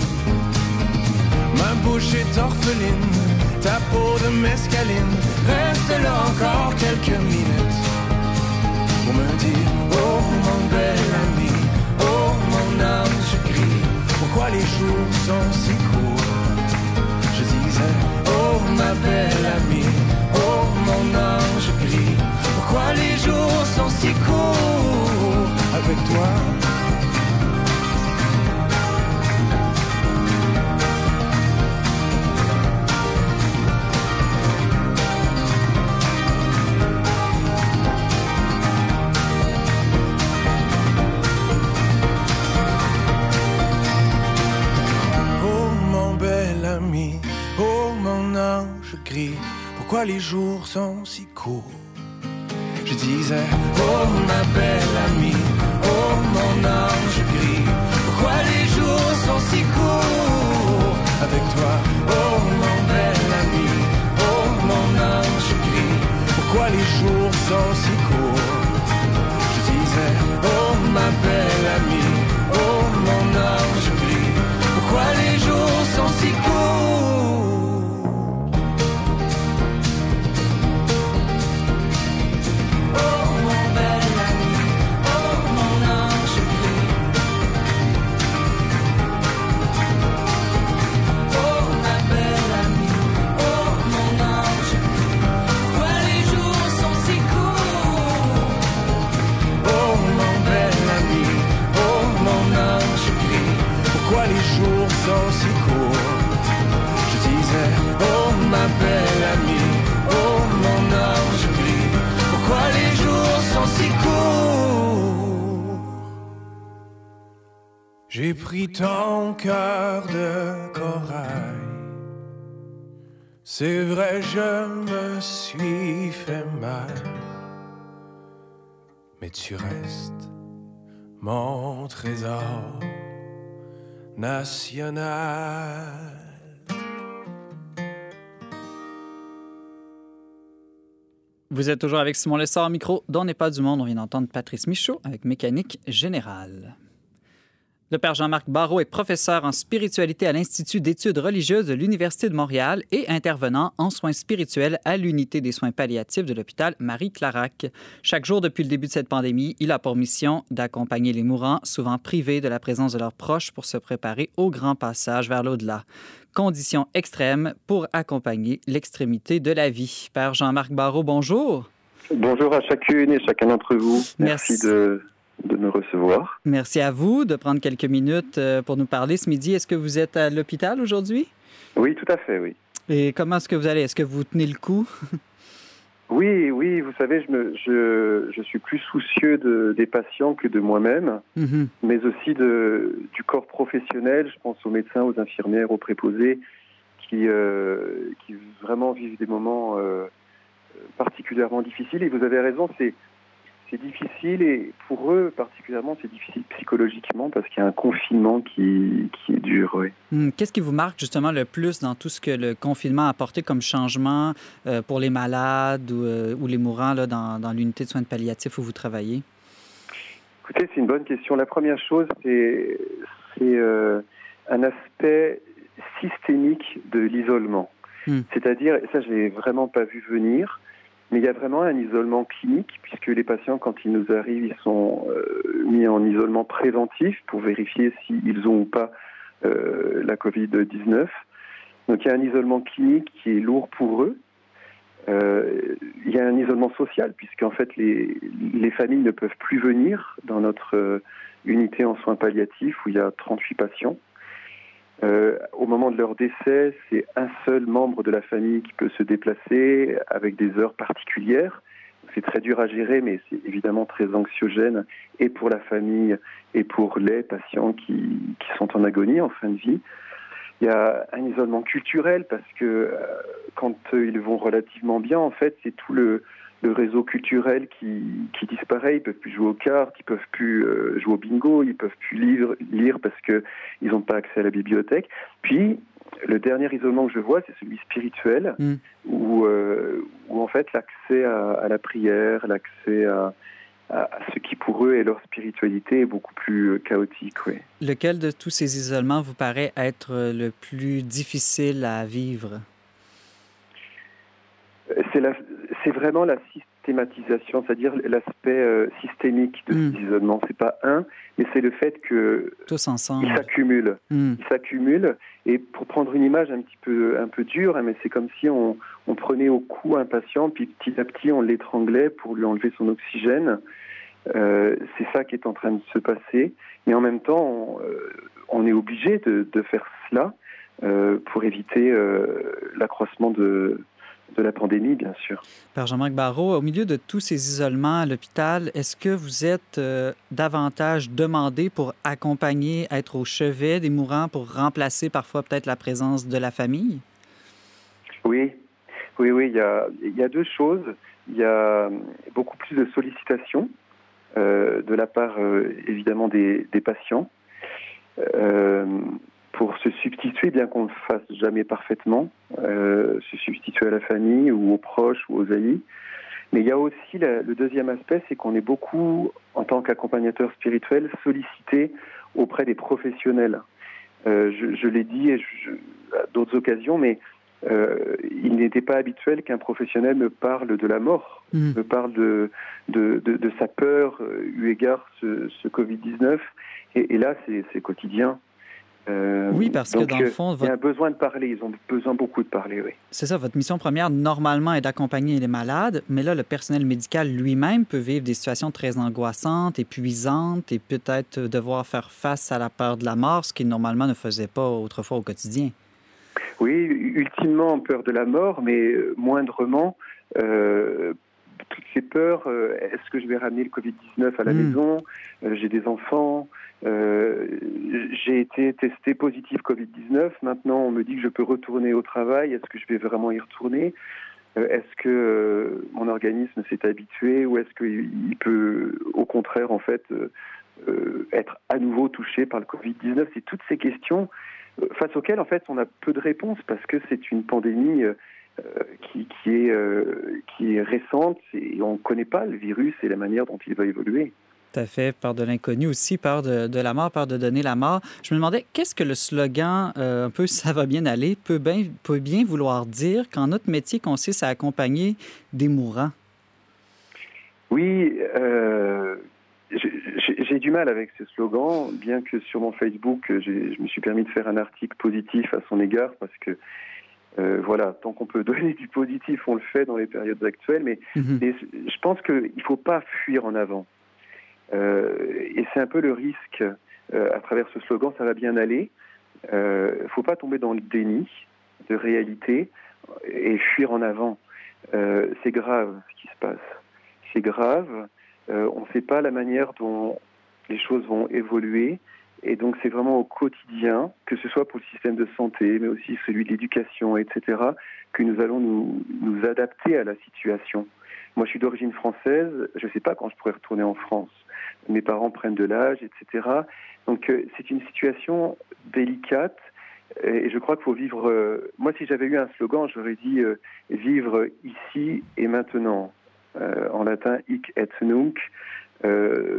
Ma bouche est orpheline, ta peau de mescaline, reste là encore quelques minutes pour me dire, oh mon bel ami, oh mon ange gris, pourquoi les jours sont si courts? Je disais, oh ma belle amie, oh mon ange gris, pourquoi les jours sont si courts avec toi? Pourquoi les jours sont si courts? Je disais, oh ma belle amie, oh mon ange gris, pourquoi les jours sont si courts avec toi? Oh mon bel ami, oh mon ange gris, pourquoi les jours sont si courts? Je disais, oh ma belle amie, oh mon ange gris, pourquoi les jours sont si courts? J'ai pris ton cœur de corail, C'est vrai, je me suis fait mal, mais tu restes mon trésor national. Vous êtes toujours avec Simon Lessard au micro d'On n'est pas du monde. On vient d'entendre Patrice Michaud avec Mécanique Générale. Le père Jean-Marc Barreau est professeur en spiritualité à l'Institut d'études religieuses de l'Université de Montréal et intervenant en soins spirituels à l'unité des soins palliatifs de l'hôpital Marie-Clarac. Chaque jour depuis le début de cette pandémie, il a pour mission d'accompagner les mourants, souvent privés de la présence de leurs proches, pour se préparer au grand passage vers l'au-delà. Conditions extrêmes pour accompagner l'extrémité de la vie. Père Jean-Marc Barreau, bonjour. Bonjour à chacune et chacun d'entre vous. Merci, Merci de... de me recevoir. Merci à vous de prendre quelques minutes pour nous parler ce midi. Est-ce que vous êtes à l'hôpital aujourd'hui? Oui, tout à fait, oui. Et comment est-ce que vous allez? Est-ce que vous tenez le coup? Oui, oui, vous savez, je, me, je, je suis plus soucieux de, des patients que de moi-même, mm-hmm. mais aussi de, du corps professionnel. Je pense aux médecins, aux infirmières, aux préposés qui, euh, qui vraiment vivent des moments euh, particulièrement difficiles. Et vous avez raison, c'est C'est difficile et pour eux particulièrement, c'est difficile psychologiquement parce qu'il y a un confinement qui, qui est dur. Oui. Hum, qu'est-ce qui vous marque justement le plus dans tout ce que le confinement a apporté comme changement euh, pour les malades ou, euh, ou les mourants là, dans, dans l'unité de soins palliatifs où vous travaillez? Écoutez, c'est une bonne question. La première chose, c'est, c'est euh, un aspect systémique de l'isolement. Hum. C'est-à-dire, et ça je l'ai vraiment pas vu venir, mais il y a vraiment un isolement clinique, puisque les patients, quand ils nous arrivent, ils sont euh, mis en isolement préventif pour vérifier s'ils ont ou pas euh, la covid dix-neuf. Donc il y a un isolement clinique qui est lourd pour eux. Euh, il y a un isolement social, puisqu'en fait les, les familles ne peuvent plus venir dans notre euh, unité en soins palliatifs, où il y a trente-huit patients. Euh, au moment de leur décès, c'est un seul membre de la famille qui peut se déplacer avec des heures particulières. C'est très dur à gérer, mais c'est évidemment très anxiogène, et pour la famille et pour les patients qui, qui sont en agonie, en fin de vie. Il y a un isolement culturel parce que euh, quand euh, ils vont relativement bien, en fait, c'est tout le, le réseau culturel qui, qui disparaît. Ils peuvent plus jouer aux cartes, ils peuvent plus euh, jouer au bingo, ils peuvent plus lire, lire parce que ils n'ont pas accès à la bibliothèque. Puis le dernier isolement que je vois, c'est celui spirituel, mmh. où, euh, où en fait l'accès à, à la prière, l'accès à, à, à ce qui pour eux est leur spiritualité est beaucoup plus chaotique. Oui. Lequel de tous ces isolements vous paraît être le plus difficile à vivre? C'est, la, c'est vraiment la systématisation, c'est-à-dire l'aspect euh, systémique de mmh. l'isolement. C'est pas un, mais c'est le fait que tous ensemble, ils s'accumulent. Mmh. Ils s'accumulent. Et pour prendre une image un petit peu un peu dure, hein, mais c'est comme si on, on prenait au cou un patient, puis petit à petit on l'étranglait pour lui enlever son oxygène. Euh, c'est ça qui est en train de se passer. Mais en même temps, on, euh, on est obligé de, de faire cela euh, pour éviter euh, l'accroissement de de la pandémie, bien sûr. Père Jean-Marc Barreau, au milieu de tous ces isolements à l'hôpital, est-ce que vous êtes euh, davantage demandé pour accompagner, être au chevet des mourants, pour remplacer parfois peut-être la présence de la famille? Oui, oui, oui. Il y a, il y a deux choses. Il y a beaucoup plus de sollicitations euh, de la part, euh, évidemment, des, des patients. Euh, pour se substituer, bien qu'on ne le fasse jamais parfaitement, euh, se substituer à la famille ou aux proches ou aux amis. Mais il y a aussi la, le deuxième aspect, c'est qu'on est beaucoup, en tant qu'accompagnateur spirituel, sollicité auprès des professionnels. Euh, je, je l'ai dit et je, à d'autres occasions, mais euh, il n'était pas habituel qu'un professionnel me parle de la mort, mmh. me parle de, de, de, de sa peur, euh, eu égard ce, ce covid dix-neuf. Et, et là, c'est, c'est quotidien. Euh, oui, parce donc, que dans le fond... Votre... Il y a besoin de parler, ils ont besoin beaucoup de parler, oui. C'est ça, votre mission première, normalement, est d'accompagner les malades, mais là, le personnel médical lui-même peut vivre des situations très angoissantes, épuisantes, et peut-être devoir faire face à la peur de la mort, ce qu'il normalement ne faisait pas autrefois au quotidien. Oui, ultimement peur de la mort, mais moindrement... Euh, toutes ces peurs. Euh, est-ce que je vais ramener le covid dix-neuf à la mmh. maison? euh, J'ai des enfants. Euh, j'ai été testé positif covid dix-neuf. Maintenant, on me dit que je peux retourner au travail. Est-ce que je vais vraiment y retourner? euh, Est-ce que euh, mon organisme s'est habitué, ou est-ce qu'il peut, au contraire, en fait, euh, euh, être à nouveau touché par le covid dix-neuf? C'est toutes ces questions euh, face auxquelles, en fait, on a peu de réponses, parce que c'est une pandémie euh, qui, qui, est, euh, qui est récente, et on ne connaît pas le virus et la manière dont il va évoluer. Tout à fait, peur de l'inconnu aussi, peur de, de la mort, peur de donner la mort. Je me demandais, qu'est-ce que le slogan euh, un peu « ça va bien aller » peut bien, peut bien vouloir dire quand notre métier consiste à accompagner des mourants? Oui, euh, j'ai, j'ai du mal avec ce slogan, bien que sur mon Facebook, j'ai, je me suis permis de faire un article positif à son égard, parce que euh, voilà, tant qu'on peut donner du positif, on le fait dans les périodes actuelles, mais, mm-hmm. mais je pense qu'il ne faut pas fuir en avant. Euh, et c'est un peu le risque euh, à travers ce slogan, ça va bien aller. Il euh, ne faut pas tomber dans le déni de réalité et fuir en avant. Euh, c'est grave ce qui se passe. C'est grave. Euh, on ne sait pas la manière dont les choses vont évoluer. Et donc c'est vraiment au quotidien, que ce soit pour le système de santé, mais aussi celui de l'éducation, et cetera, que nous allons nous, nous adapter à la situation. Moi, je suis d'origine française. Je ne sais pas quand je pourrai retourner en France. Mes parents prennent de l'âge, et cetera. Donc, euh, c'est une situation délicate. Et je crois qu'il faut vivre... Euh, moi, si j'avais eu un slogan, j'aurais dit euh, « vivre ici et maintenant euh, », en latin « hic et nunc euh, »,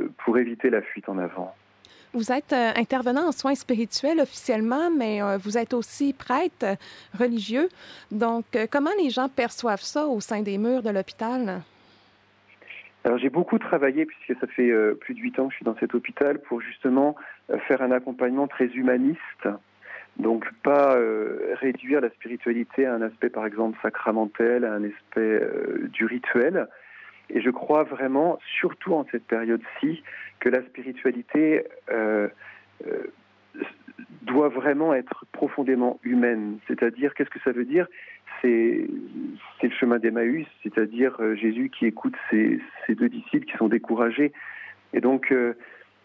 pour éviter la fuite en avant. Vous êtes euh, intervenant en soins spirituels officiellement, mais euh, vous êtes aussi prêtre euh, religieux. Donc, euh, comment les gens perçoivent ça au sein des murs de l'hôpital? Alors, j'ai beaucoup travaillé, puisque ça fait euh, plus de huit ans que je suis dans cet hôpital, pour justement euh, faire un accompagnement très humaniste. Donc, pas euh, réduire la spiritualité à un aspect, par exemple, sacramentel, à un aspect euh, du rituel. Et je crois vraiment, surtout en cette période-ci, que la spiritualité euh, euh, doit vraiment être profondément humaine. C'est-à-dire, qu'est-ce que ça veut dire ? C'est, c'est le chemin d'Emmaüs, c'est-à-dire euh, Jésus qui écoute ses, ses deux disciples qui sont découragés. Et donc, euh,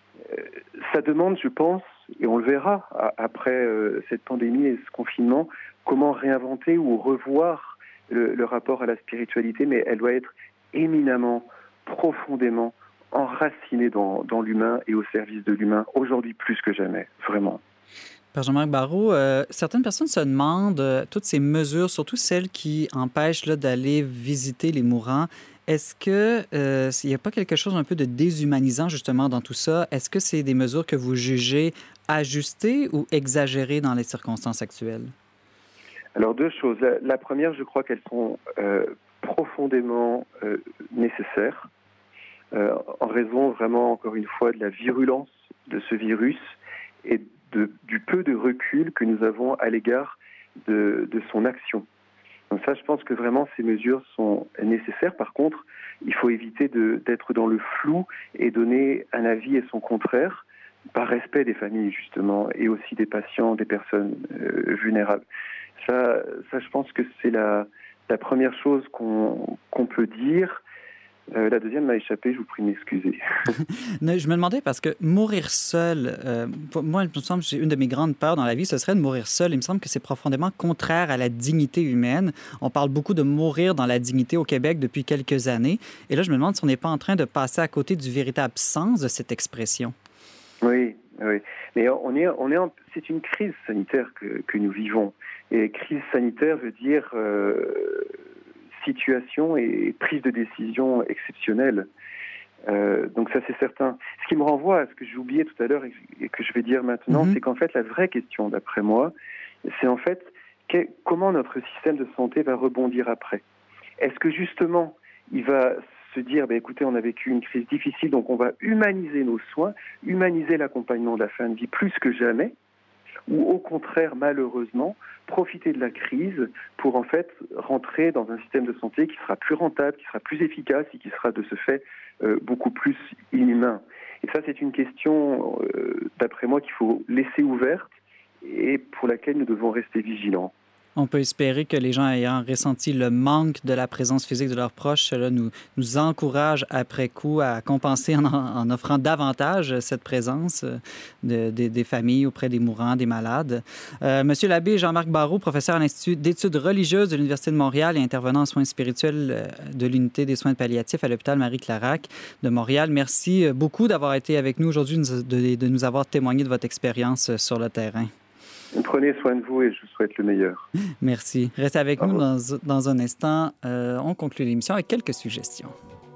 ça demande, je pense, et on le verra à, après euh, cette pandémie et ce confinement, comment réinventer ou revoir le, le rapport à la spiritualité, mais elle doit être éminemment, profondément enracinée dans, dans l'humain et au service de l'humain, aujourd'hui plus que jamais, vraiment. Père Jean-Marc Barrault, euh, certaines personnes se demandent, euh, toutes ces mesures, surtout celles qui empêchent là, d'aller visiter les mourants, est-ce que euh, il n'y a pas quelque chose un peu de déshumanisant justement dans tout ça? Est-ce que c'est des mesures que vous jugez ajustées ou exagérées dans les circonstances actuelles? Alors, deux choses. La, la première, je crois qu'elles sont euh, profondément euh, nécessaires, euh, en raison vraiment, encore une fois, de la virulence de ce virus et de, du peu de recul que nous avons à l'égard de, de son action. Donc ça, je pense que vraiment, ces mesures sont nécessaires. Par contre, il faut éviter de, d'être dans le flou et donner un avis et son contraire, par respect des familles, justement, et aussi des patients, des personnes euh, vulnérables. Ça, ça, je pense que c'est la, la première chose qu'on, qu'on peut dire. Euh, la deuxième m'a échappé, je vous prie de m'excuser. Je me demandais parce que mourir seul, euh, pour moi, il me semble que j'ai une de mes grandes peurs dans la vie, ce serait de mourir seul. Il me semble que c'est profondément contraire à la dignité humaine. On parle beaucoup de mourir dans la dignité au Québec depuis quelques années. Et là, je me demande si on n'est pas en train de passer à côté du véritable sens de cette expression. Oui, oui. Mais on est, on est en, c'est une crise sanitaire que, que nous vivons. Et crise sanitaire veut dire... Euh, situation et prise de décision exceptionnelle. Euh, donc ça, c'est certain. Ce qui me renvoie à ce que j'ai oublié tout à l'heure et que je vais dire maintenant, mm-hmm. c'est qu'en fait, la vraie question, d'après moi, c'est en fait que, comment notre système de santé va rebondir après. Est-ce que justement, il va se dire, bah, écoutez, on a vécu une crise difficile, donc on va humaniser nos soins, humaniser l'accompagnement de la fin de vie plus que jamais, ou au contraire, malheureusement, profiter de la crise pour en fait rentrer dans un système de santé qui sera plus rentable, qui sera plus efficace et qui sera de ce fait euh, beaucoup plus inhumain. Et ça, c'est une question, euh, d'après moi, qu'il faut laisser ouverte et pour laquelle nous devons rester vigilants. On peut espérer que les gens ayant ressenti le manque de la présence physique de leurs proches, cela nous, nous encourage après coup à compenser en, en offrant davantage cette présence de, de, des familles auprès des mourants, des malades. Euh, Monsieur l'abbé Jean-Marc Barrault, professeur à l'Institut d'études religieuses de l'Université de Montréal et intervenant en soins spirituels de l'unité des soins palliatifs à l'hôpital Marie-Clarac de Montréal, merci beaucoup d'avoir été avec nous aujourd'hui, de, de nous avoir témoigné de votre expérience sur le terrain. Prenez soin de vous et je vous souhaite le meilleur. Merci. Restez avec nous dans, dans un instant. Euh, on conclut l'émission avec quelques suggestions.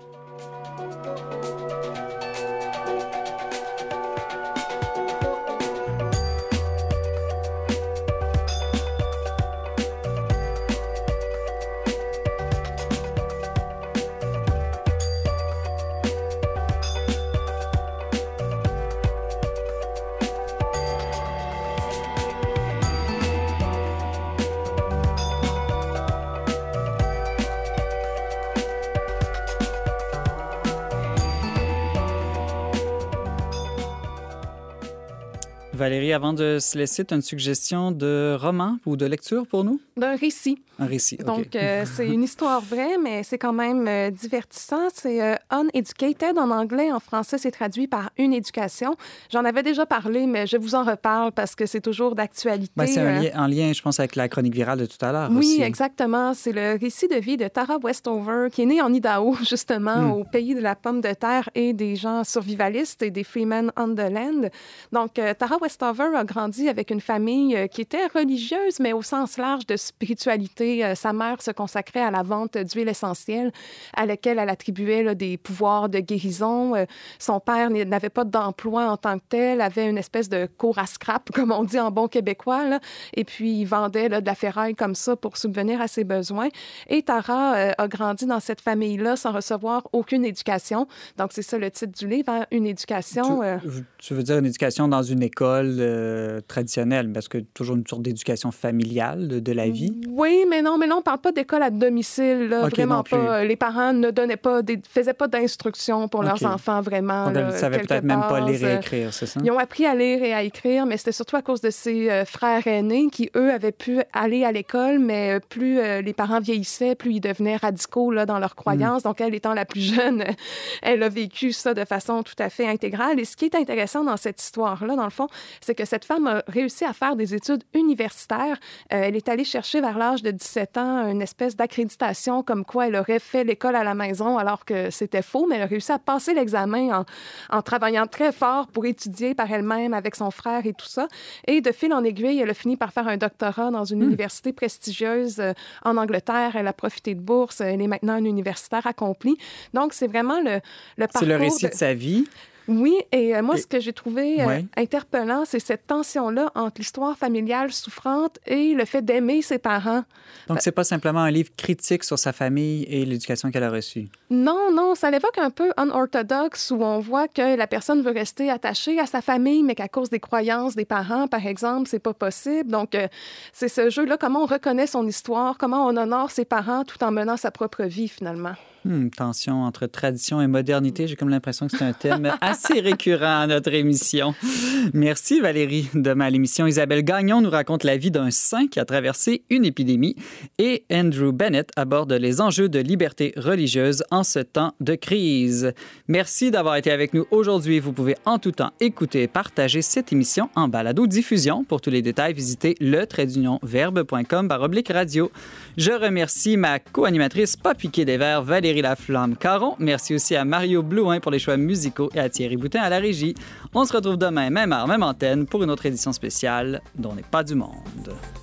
Valérie, avant de se laisser, tu as une suggestion de roman ou de lecture pour nous? D'un récit. Un récit, OK. Donc, euh, c'est une histoire vraie, mais c'est quand même euh, divertissant. C'est euh, Uneducated en anglais. En français, c'est traduit par Une éducation. J'en avais déjà parlé, mais je vous en reparle parce que c'est toujours d'actualité. Ben, c'est un li- en lien, je pense, avec la chronique virale de tout à l'heure oui, aussi. Oui, exactement. C'est le récit de vie de Tara Westover, qui est née en Idaho, justement, mm. au pays de la pomme de terre et des gens survivalistes et des Freemen on the Land. Donc, euh, Tara Westover a grandi avec une famille euh, qui était religieuse, mais au sens large de spiritualité. Euh, sa mère se consacrait à la vente d'huile essentielle à laquelle elle attribuait là, des pouvoirs de guérison. Euh, son père n'avait pas d'emploi en tant que tel, avait une espèce de cour à scrap, comme on dit en bon québécois, là, et puis il vendait là, de la ferraille comme ça pour subvenir à ses besoins. Et Tara euh, a grandi dans cette famille-là sans recevoir aucune éducation. Donc, c'est ça le titre du livre, hein, Une éducation. Euh... Tu, tu veux dire une éducation dans une école euh, traditionnelle, parce que toujours une sorte d'éducation familiale de, de la vie? Oui, mais non, mais là, on ne parle pas d'école à domicile, là, okay, vraiment pas. Les parents ne donnaient pas, des, faisaient pas d'instruction pour leurs okay. enfants, vraiment. Donc, ils ne savaient peut-être même pas lire et écrire, c'est ça? Ils ont appris à lire et à écrire, mais c'était surtout à cause de ses euh, frères aînés qui, eux, avaient pu aller à l'école, mais plus euh, les parents vieillissaient, plus ils devenaient radicaux là, dans leurs croyances. Mm. Donc, elle, étant la plus jeune, elle a vécu ça de façon tout à fait intégrale. Et ce qui est intéressant dans cette histoire-là, dans le fond, c'est que cette femme a réussi à faire des études universitaires. Euh, elle est allée chercher vers l'âge de dix-sept ans une espèce d'accréditation comme quoi elle aurait fait l'école à la maison alors que c'était faux, mais elle a réussi à passer l'examen en, en travaillant très fort pour étudier par elle-même avec son frère et tout ça. Et de fil en aiguille, elle a fini par faire un doctorat dans une mmh. université prestigieuse euh, en Angleterre. Elle a profité de bourse. Elle est maintenant une universitaire accomplie. Donc, c'est vraiment le, le parcours... C'est le récit de, de sa vie. Oui, et euh, moi, et... ce que j'ai trouvé euh, ouais. interpellant, c'est cette tension-là entre l'histoire familiale souffrante et le fait d'aimer ses parents. Donc, c'est pas simplement un livre critique sur sa famille et l'éducation qu'elle a reçue. Non, non, ça l'évoque un peu unorthodoxe, où on voit que la personne veut rester attachée à sa famille, mais qu'à cause des croyances des parents, par exemple, c'est pas possible. Donc, euh, c'est ce jeu-là, comment on reconnaît son histoire, comment on honore ses parents tout en menant sa propre vie, finalement. Hum, tension entre tradition et modernité. J'ai comme l'impression que c'est un thème assez récurrent à notre émission. Merci Valérie. Demain à l'émission, Isabelle Gagnon nous raconte la vie d'un saint qui a traversé une épidémie et Andrew Bennett aborde les enjeux de liberté religieuse en ce temps de crise. Merci d'avoir été avec nous aujourd'hui. Vous pouvez en tout temps écouter et partager cette émission en balado-diffusion. Pour tous les détails, visitez le trait d'union verbe point com barre oblique radio. Je remercie ma co-animatrice pas piquée des verres, Valérie Laflamme-Caron. Merci aussi à Mario Blouin pour les choix musicaux et à Thierry Boutin à la régie. On se retrouve demain, même heure, même antenne, pour une autre édition spéciale dont n'est pas du monde.